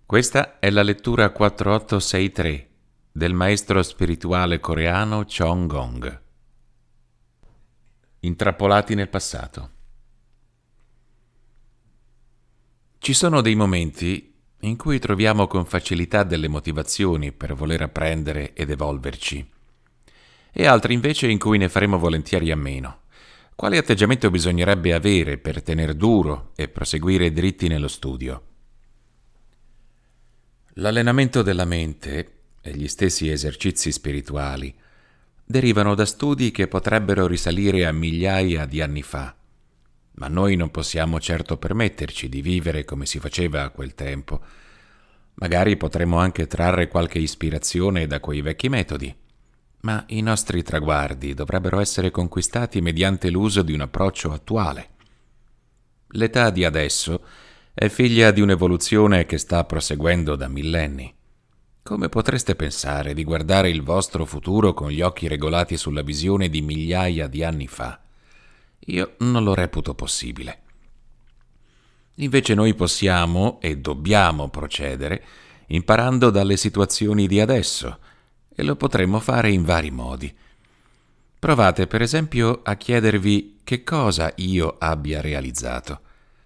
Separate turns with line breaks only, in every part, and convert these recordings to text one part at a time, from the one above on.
Questa è la lettura 4863 del maestro spirituale coreano Chong Gong. Intrappolati nel passato. Ci sono dei momenti in cui troviamo con facilità delle motivazioni per voler apprendere ed evolverci, e altri invece in cui ne faremo volentieri a meno. Quale atteggiamento bisognerebbe avere per tener duro e proseguire dritti nello studio? L'allenamento della mente e gli stessi esercizi spirituali derivano da studi che potrebbero risalire a migliaia di anni fa, ma noi non possiamo certo permetterci di vivere come si faceva a quel tempo. Magari potremmo anche trarre qualche ispirazione da quei vecchi metodi, ma i nostri traguardi dovrebbero essere conquistati mediante l'uso di un approccio attuale. L'età di adesso è figlia di un'evoluzione che sta proseguendo da millenni. Come potreste pensare di guardare il vostro futuro con gli occhi regolati sulla visione di migliaia di anni fa? Io non lo reputo possibile. Invece noi possiamo e dobbiamo procedere imparando dalle situazioni di adesso, e lo potremmo fare in vari modi. Provate per esempio a chiedervi che cosa io abbia realizzato.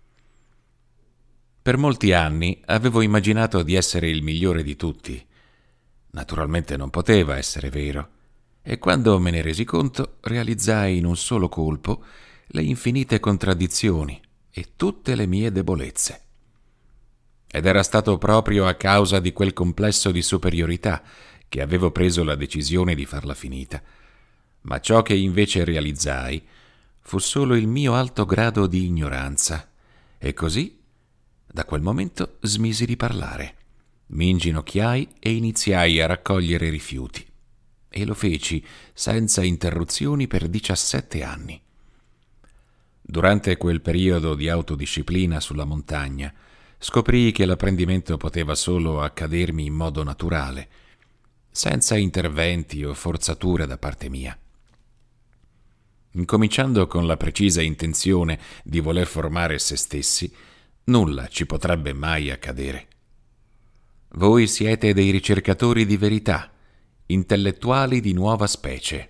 Per molti anni avevo immaginato di essere il migliore di tutti. Naturalmente non poteva essere vero, e quando me ne resi conto realizzai in un solo colpo le infinite contraddizioni e tutte le mie debolezze. Ed era stato proprio a causa di quel complesso di superiorità che avevo preso la decisione di farla finita. Ma ciò che invece realizzai fu solo il mio alto grado di ignoranza, e così da quel momento smisi di parlare. Mi inginocchiai e iniziai a raccogliere rifiuti. E lo feci senza interruzioni per 17 anni. Durante quel periodo di autodisciplina sulla montagna, scoprii che l'apprendimento poteva solo accadermi in modo naturale, senza interventi o forzature da parte mia. Incominciando con la precisa intenzione di voler formare se stessi, nulla ci potrebbe mai accadere. Voi siete dei ricercatori di verità, intellettuali di nuova specie.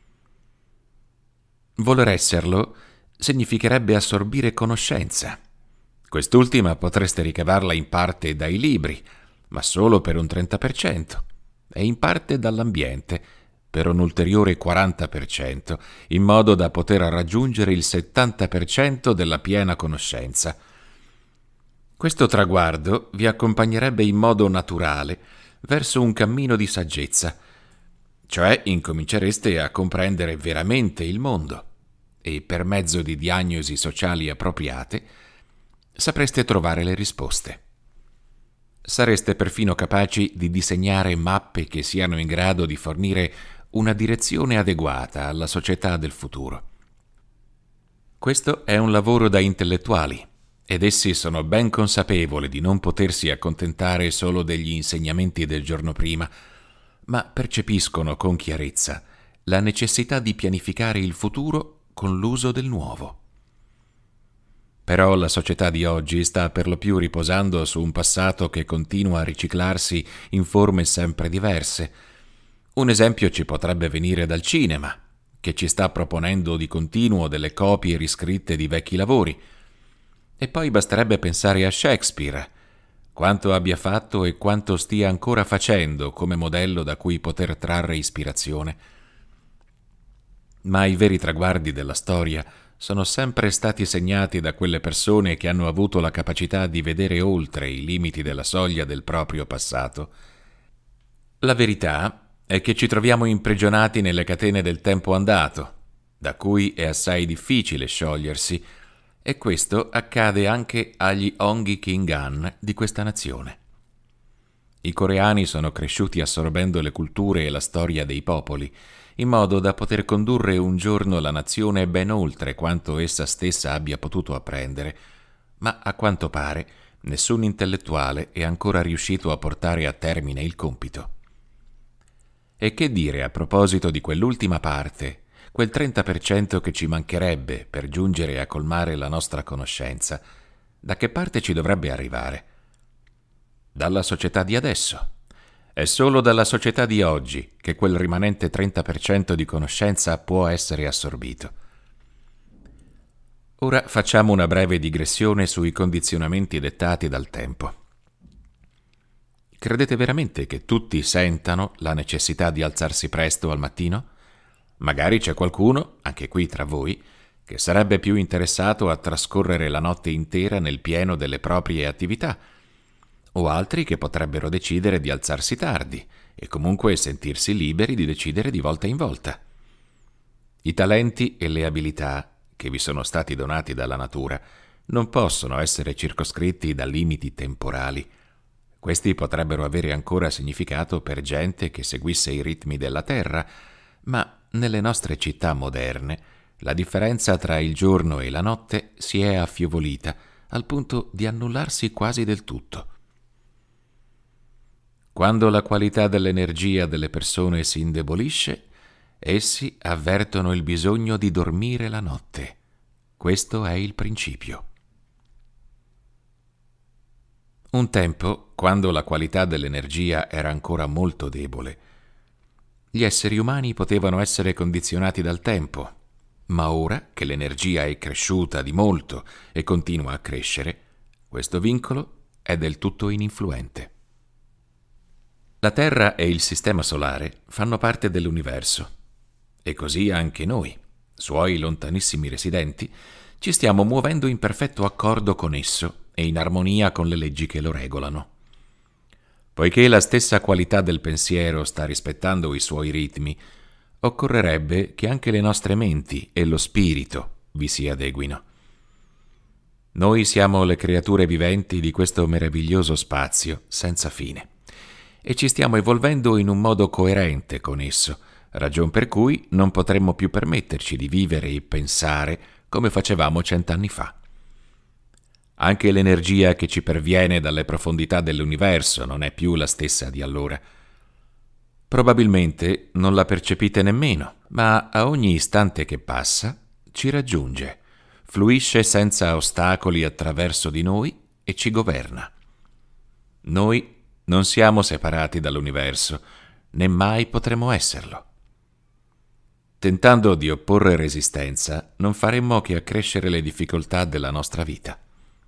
Voler esserlo significherebbe assorbire conoscenza. Quest'ultima potreste ricavarla in parte dai libri, ma solo per un 30%, e in parte dall'ambiente, per un ulteriore 40%, in modo da poter raggiungere il 70% della piena conoscenza. Questo traguardo vi accompagnerebbe in modo naturale verso un cammino di saggezza, cioè incomincereste a comprendere veramente il mondo e per mezzo di diagnosi sociali appropriate sapreste trovare le risposte. Sareste perfino capaci di disegnare mappe che siano in grado di fornire una direzione adeguata alla società del futuro. Questo è un lavoro da intellettuali, ed essi sono ben consapevoli di non potersi accontentare solo degli insegnamenti del giorno prima, ma percepiscono con chiarezza la necessità di pianificare il futuro con l'uso del nuovo. Però la società di oggi sta per lo più riposando su un passato che continua a riciclarsi in forme sempre diverse. Un esempio ci potrebbe venire dal cinema, che ci sta proponendo di continuo delle copie riscritte di vecchi lavori. E poi basterebbe pensare a Shakespeare, quanto abbia fatto e quanto stia ancora facendo come modello da cui poter trarre ispirazione. Ma i veri traguardi della storia sono sempre stati segnati da quelle persone che hanno avuto la capacità di vedere oltre i limiti della soglia del proprio passato. La verità è che ci troviamo imprigionati nelle catene del tempo andato, da cui è assai difficile sciogliersi, e questo accade anche agli Onghi Khingan di questa nazione. I coreani sono cresciuti assorbendo le culture e la storia dei popoli, in modo da poter condurre un giorno la nazione ben oltre quanto essa stessa abbia potuto apprendere, ma a quanto pare nessun intellettuale è ancora riuscito a portare a termine il compito. E che dire a proposito di quell'ultima parte, quel 30% che ci mancherebbe per giungere a colmare la nostra conoscenza? Da che parte ci dovrebbe arrivare? Dalla società di adesso. È solo dalla società di oggi che quel rimanente 30% di conoscenza può essere assorbito. Ora facciamo una breve digressione sui condizionamenti dettati dal tempo. Credete veramente che tutti sentano la necessità di alzarsi presto al mattino? Magari c'è qualcuno, anche qui tra voi, che sarebbe più interessato a trascorrere la notte intera nel pieno delle proprie attività, o altri che potrebbero decidere di alzarsi tardi e comunque sentirsi liberi di decidere di volta in volta. I talenti e le abilità che vi sono stati donati dalla natura non possono essere circoscritti da limiti temporali. Questi potrebbero avere ancora significato per gente che seguisse i ritmi della terra, ma nelle nostre città moderne la differenza tra il giorno e la notte si è affievolita al punto di annullarsi quasi del tutto. Quando la qualità dell'energia delle persone si indebolisce, essi avvertono il bisogno di dormire la notte. Questo è il principio. Un tempo, quando la qualità dell'energia era ancora molto debole, gli esseri umani potevano essere condizionati dal tempo, ma ora che l'energia è cresciuta di molto e continua a crescere, questo vincolo è del tutto ininfluente. La Terra e il Sistema Solare fanno parte dell'universo, e così anche noi, suoi lontanissimi residenti, ci stiamo muovendo in perfetto accordo con esso e in armonia con le leggi che lo regolano. Poiché la stessa qualità del pensiero sta rispettando i suoi ritmi, occorrerebbe che anche le nostre menti e lo spirito vi si adeguino. Noi siamo le creature viventi di questo meraviglioso spazio senza fine e ci stiamo evolvendo in un modo coerente con esso, ragion per cui non potremmo più permetterci di vivere e pensare come facevamo 100 anni fa. Anche l'energia che ci perviene dalle profondità dell'universo non è più la stessa di allora. Probabilmente non la percepite nemmeno, ma a ogni istante che passa ci raggiunge, fluisce senza ostacoli attraverso di noi e ci governa. Noi non siamo separati dall'universo, né mai potremo esserlo. Tentando di opporre resistenza, non faremmo che accrescere le difficoltà della nostra vita.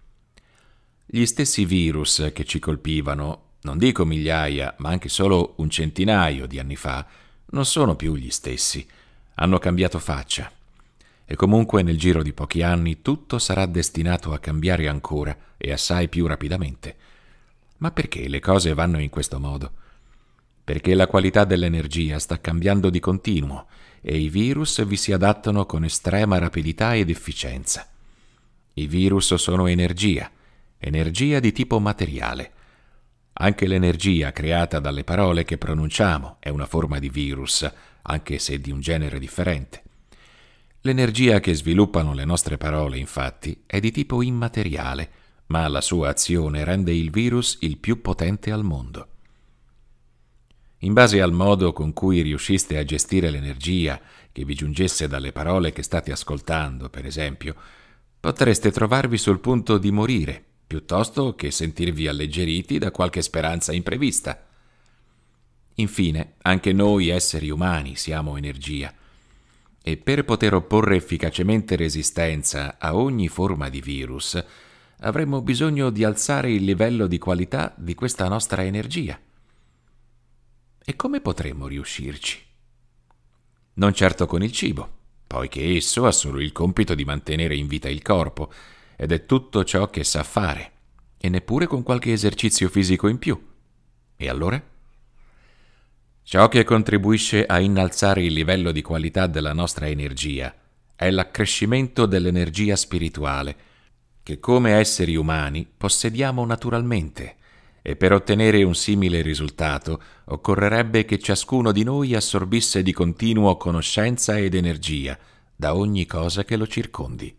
Gli stessi virus che ci colpivano, non dico migliaia, ma anche solo un centinaio di anni fa, non sono più gli stessi, hanno cambiato faccia. E comunque nel giro di pochi anni tutto sarà destinato a cambiare ancora e assai più rapidamente. Ma perché le cose vanno in questo modo? Perché la qualità dell'energia sta cambiando di continuo e i virus vi si adattano con estrema rapidità ed efficienza. I virus sono energia di tipo materiale. Anche l'energia creata dalle parole che pronunciamo è una forma di virus, anche se di un genere differente. L'energia che sviluppano le nostre parole, infatti, è di tipo immateriale, ma la sua azione rende il virus il più potente al mondo. In base al modo con cui riusciste a gestire l'energia che vi giungesse dalle parole che state ascoltando, per esempio, potreste trovarvi sul punto di morire, piuttosto che sentirvi alleggeriti da qualche speranza imprevista. Infine, anche noi esseri umani siamo energia, e per poter opporre efficacemente resistenza a ogni forma di virus, avremmo bisogno di alzare il livello di qualità di questa nostra energia. E come potremmo riuscirci? Non certo con il cibo, poiché esso ha solo il compito di mantenere in vita il corpo, ed è tutto ciò che sa fare, e neppure con qualche esercizio fisico in più. E allora? Ciò che contribuisce a innalzare il livello di qualità della nostra energia è l'accrescimento dell'energia spirituale, che come esseri umani possediamo naturalmente, e per ottenere un simile risultato occorrerebbe che ciascuno di noi assorbisse di continuo conoscenza ed energia da ogni cosa che lo circondi.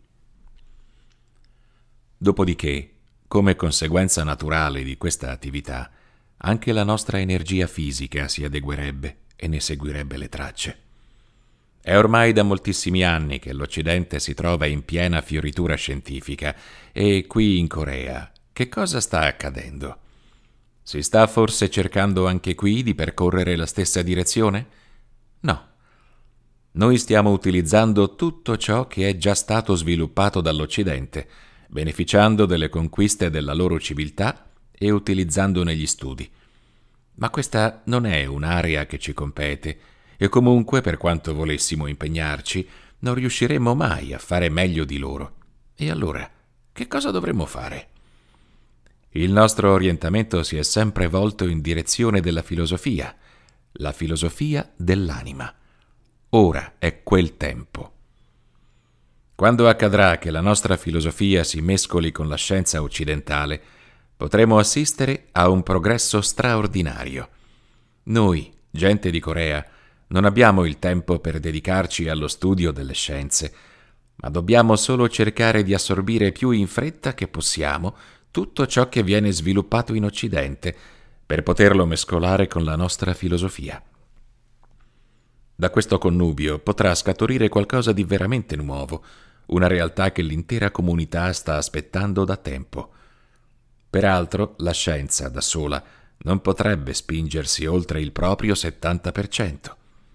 Dopodiché, come conseguenza naturale di questa attività, anche la nostra energia fisica si adeguerebbe e ne seguirebbe le tracce. È ormai da moltissimi anni che l'Occidente si trova in piena fioritura scientifica e qui in Corea che cosa sta accadendo? Si sta forse cercando anche qui di percorrere la stessa direzione? No. Noi stiamo utilizzando tutto ciò che è già stato sviluppato dall'Occidente, beneficiando delle conquiste della loro civiltà e utilizzandone gli studi. Ma questa non è un'area che ci compete, e comunque, per quanto volessimo impegnarci, non riusciremo mai a fare meglio di loro. E allora, che cosa dovremmo fare? Il nostro orientamento si è sempre volto in direzione della filosofia, la filosofia dell'anima. Ora è quel tempo. Quando accadrà che la nostra filosofia si mescoli con la scienza occidentale, potremo assistere a un progresso straordinario. Noi, gente di Corea, non abbiamo il tempo per dedicarci allo studio delle scienze, ma dobbiamo solo cercare di assorbire più in fretta che possiamo tutto ciò che viene sviluppato in Occidente per poterlo mescolare con la nostra filosofia. Da questo connubio potrà scaturire qualcosa di veramente nuovo, una realtà che l'intera comunità sta aspettando da tempo. Peraltro, la scienza, da sola, non potrebbe spingersi oltre il proprio 70%.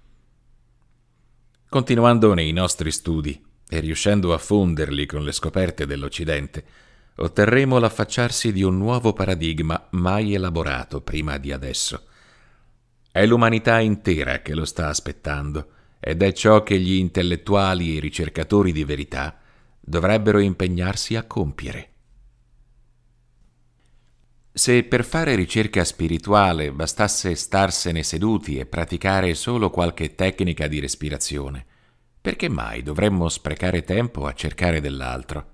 Continuando nei nostri studi e riuscendo a fonderli con le scoperte dell'Occidente, otterremo l'affacciarsi di un nuovo paradigma mai elaborato prima di adesso. È l'umanità intera che lo sta aspettando ed è ciò che gli intellettuali e i ricercatori di verità dovrebbero impegnarsi a compiere. Se per fare ricerca spirituale bastasse starsene seduti e praticare solo qualche tecnica di respirazione, perché mai dovremmo sprecare tempo a cercare dell'altro?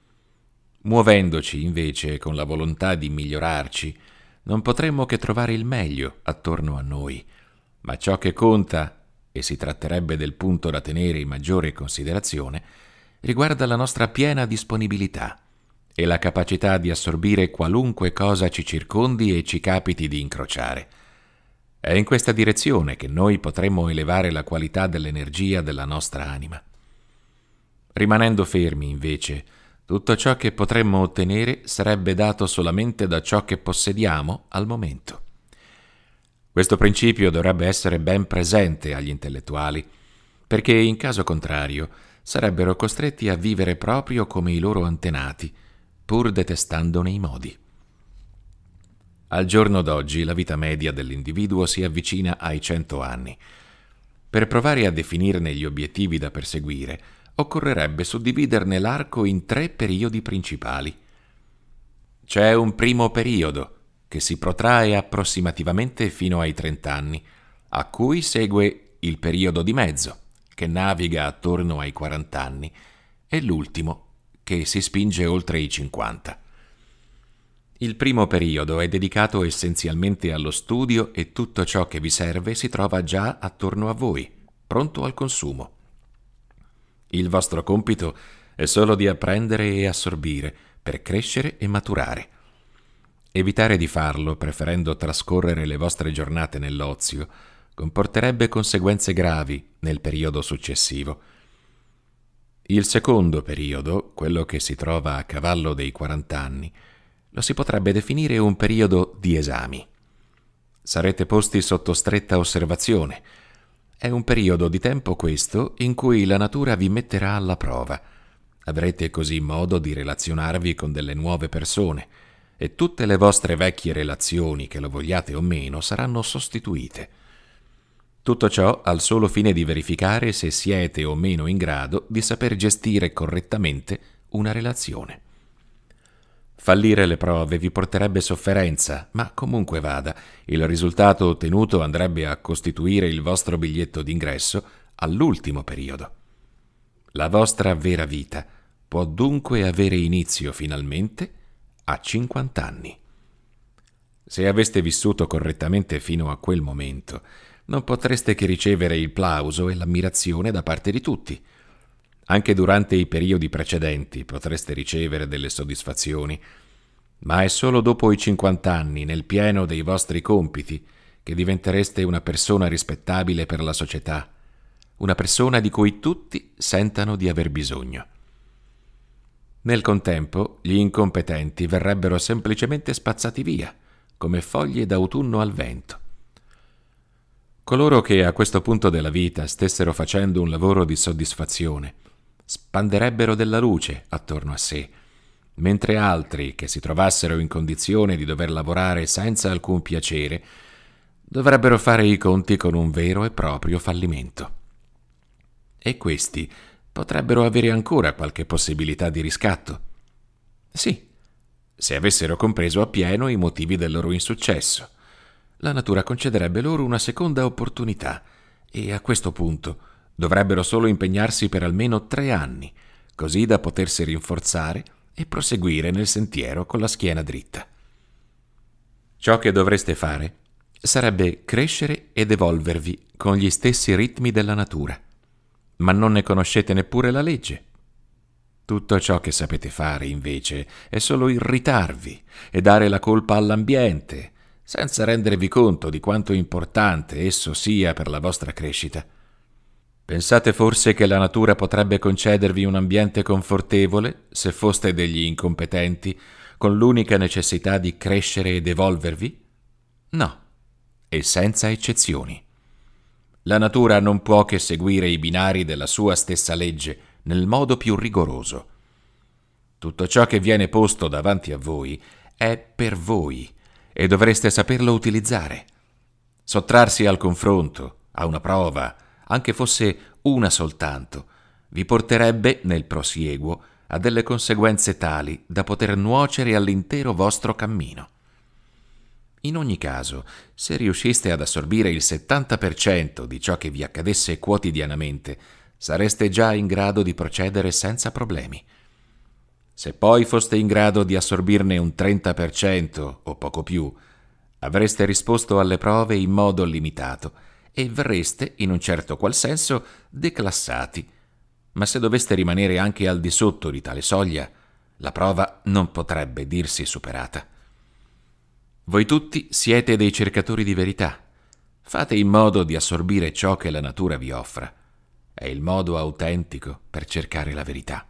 Muovendoci invece con la volontà di migliorarci, non potremmo che trovare il meglio attorno a noi, ma ciò che conta, e si tratterebbe del punto da tenere in maggiore considerazione, riguarda la nostra piena disponibilità e la capacità di assorbire qualunque cosa ci circondi e ci capiti di incrociare. È in questa direzione che noi potremmo elevare la qualità dell'energia della nostra anima. Rimanendo fermi, invece, tutto ciò che potremmo ottenere sarebbe dato solamente da ciò che possediamo al momento. Questo principio dovrebbe essere ben presente agli intellettuali, perché in caso contrario sarebbero costretti a vivere proprio come i loro antenati, pur detestandone i modi. Al giorno d'oggi la vita media dell'individuo si avvicina ai 100 anni. Per provare a definirne gli obiettivi da perseguire, occorrerebbe suddividerne l'arco in 3 periodi principali. C'è un primo periodo, che si protrae approssimativamente fino ai 30 anni, a cui segue il periodo di mezzo, che naviga attorno ai 40 anni, e l'ultimo, che si spinge oltre i 50. Il primo periodo è dedicato essenzialmente allo studio e tutto ciò che vi serve si trova già attorno a voi, pronto al consumo. Il vostro compito è solo di apprendere e assorbire per crescere e maturare. Evitare di farlo, preferendo trascorrere le vostre giornate nell'ozio, comporterebbe conseguenze gravi nel periodo successivo. Il secondo periodo, quello che si trova a cavallo dei 40 anni, lo si potrebbe definire un periodo di esami. Sarete posti sotto stretta osservazione. È un periodo di tempo questo in cui la natura vi metterà alla prova. Avrete così modo di relazionarvi con delle nuove persone e tutte le vostre vecchie relazioni, che lo vogliate o meno, saranno sostituite. Tutto ciò al solo fine di verificare se siete o meno in grado di saper gestire correttamente una relazione. Fallire le prove vi porterebbe sofferenza, ma comunque vada, il risultato ottenuto andrebbe a costituire il vostro biglietto d'ingresso all'ultimo periodo. La vostra vera vita può dunque avere inizio finalmente a 50 anni. Se aveste vissuto correttamente fino a quel momento, non potreste che ricevere il plauso e l'ammirazione da parte di tutti. Anche durante i periodi precedenti potreste ricevere delle soddisfazioni, ma è solo dopo i 50 anni, nel pieno dei vostri compiti, che diventereste una persona rispettabile per la società, una persona di cui tutti sentano di aver bisogno. Nel contempo, gli incompetenti verrebbero semplicemente spazzati via, come foglie d'autunno al vento. Coloro che a questo punto della vita stessero facendo un lavoro di soddisfazione spanderebbero della luce attorno a sé, mentre altri che si trovassero in condizione di dover lavorare senza alcun piacere dovrebbero fare i conti con un vero e proprio fallimento. E questi potrebbero avere ancora qualche possibilità di riscatto. Sì, se avessero compreso appieno i motivi del loro insuccesso. La natura concederebbe loro una seconda opportunità e a questo punto dovrebbero solo impegnarsi per almeno 3 anni, così da potersi rinforzare e proseguire nel sentiero con la schiena dritta. Ciò che dovreste fare sarebbe crescere ed evolvervi con gli stessi ritmi della natura, ma non ne conoscete neppure la legge. Tutto ciò che sapete fare, invece, è solo irritarvi e dare la colpa all'ambiente, senza rendervi conto di quanto importante esso sia per la vostra crescita. Pensate forse che la natura potrebbe concedervi un ambiente confortevole se foste degli incompetenti, con l'unica necessità di crescere ed evolvervi? No, e senza eccezioni. La natura non può che seguire i binari della sua stessa legge nel modo più rigoroso. Tutto ciò che viene posto davanti a voi è per voi e dovreste saperlo utilizzare. Sottrarsi al confronto, a una prova, anche fosse una soltanto, vi porterebbe, nel prosieguo, a delle conseguenze tali da poter nuocere all'intero vostro cammino. In ogni caso, se riusciste ad assorbire il 70% di ciò che vi accadesse quotidianamente, sareste già in grado di procedere senza problemi. Se poi foste in grado di assorbirne un 30% o poco più, avreste risposto alle prove in modo limitato e verreste, in un certo qual senso, declassati. Ma se doveste rimanere anche al di sotto di tale soglia, la prova non potrebbe dirsi superata. Voi tutti siete dei cercatori di verità. Fate in modo di assorbire ciò che la natura vi offra. È il modo autentico per cercare la verità.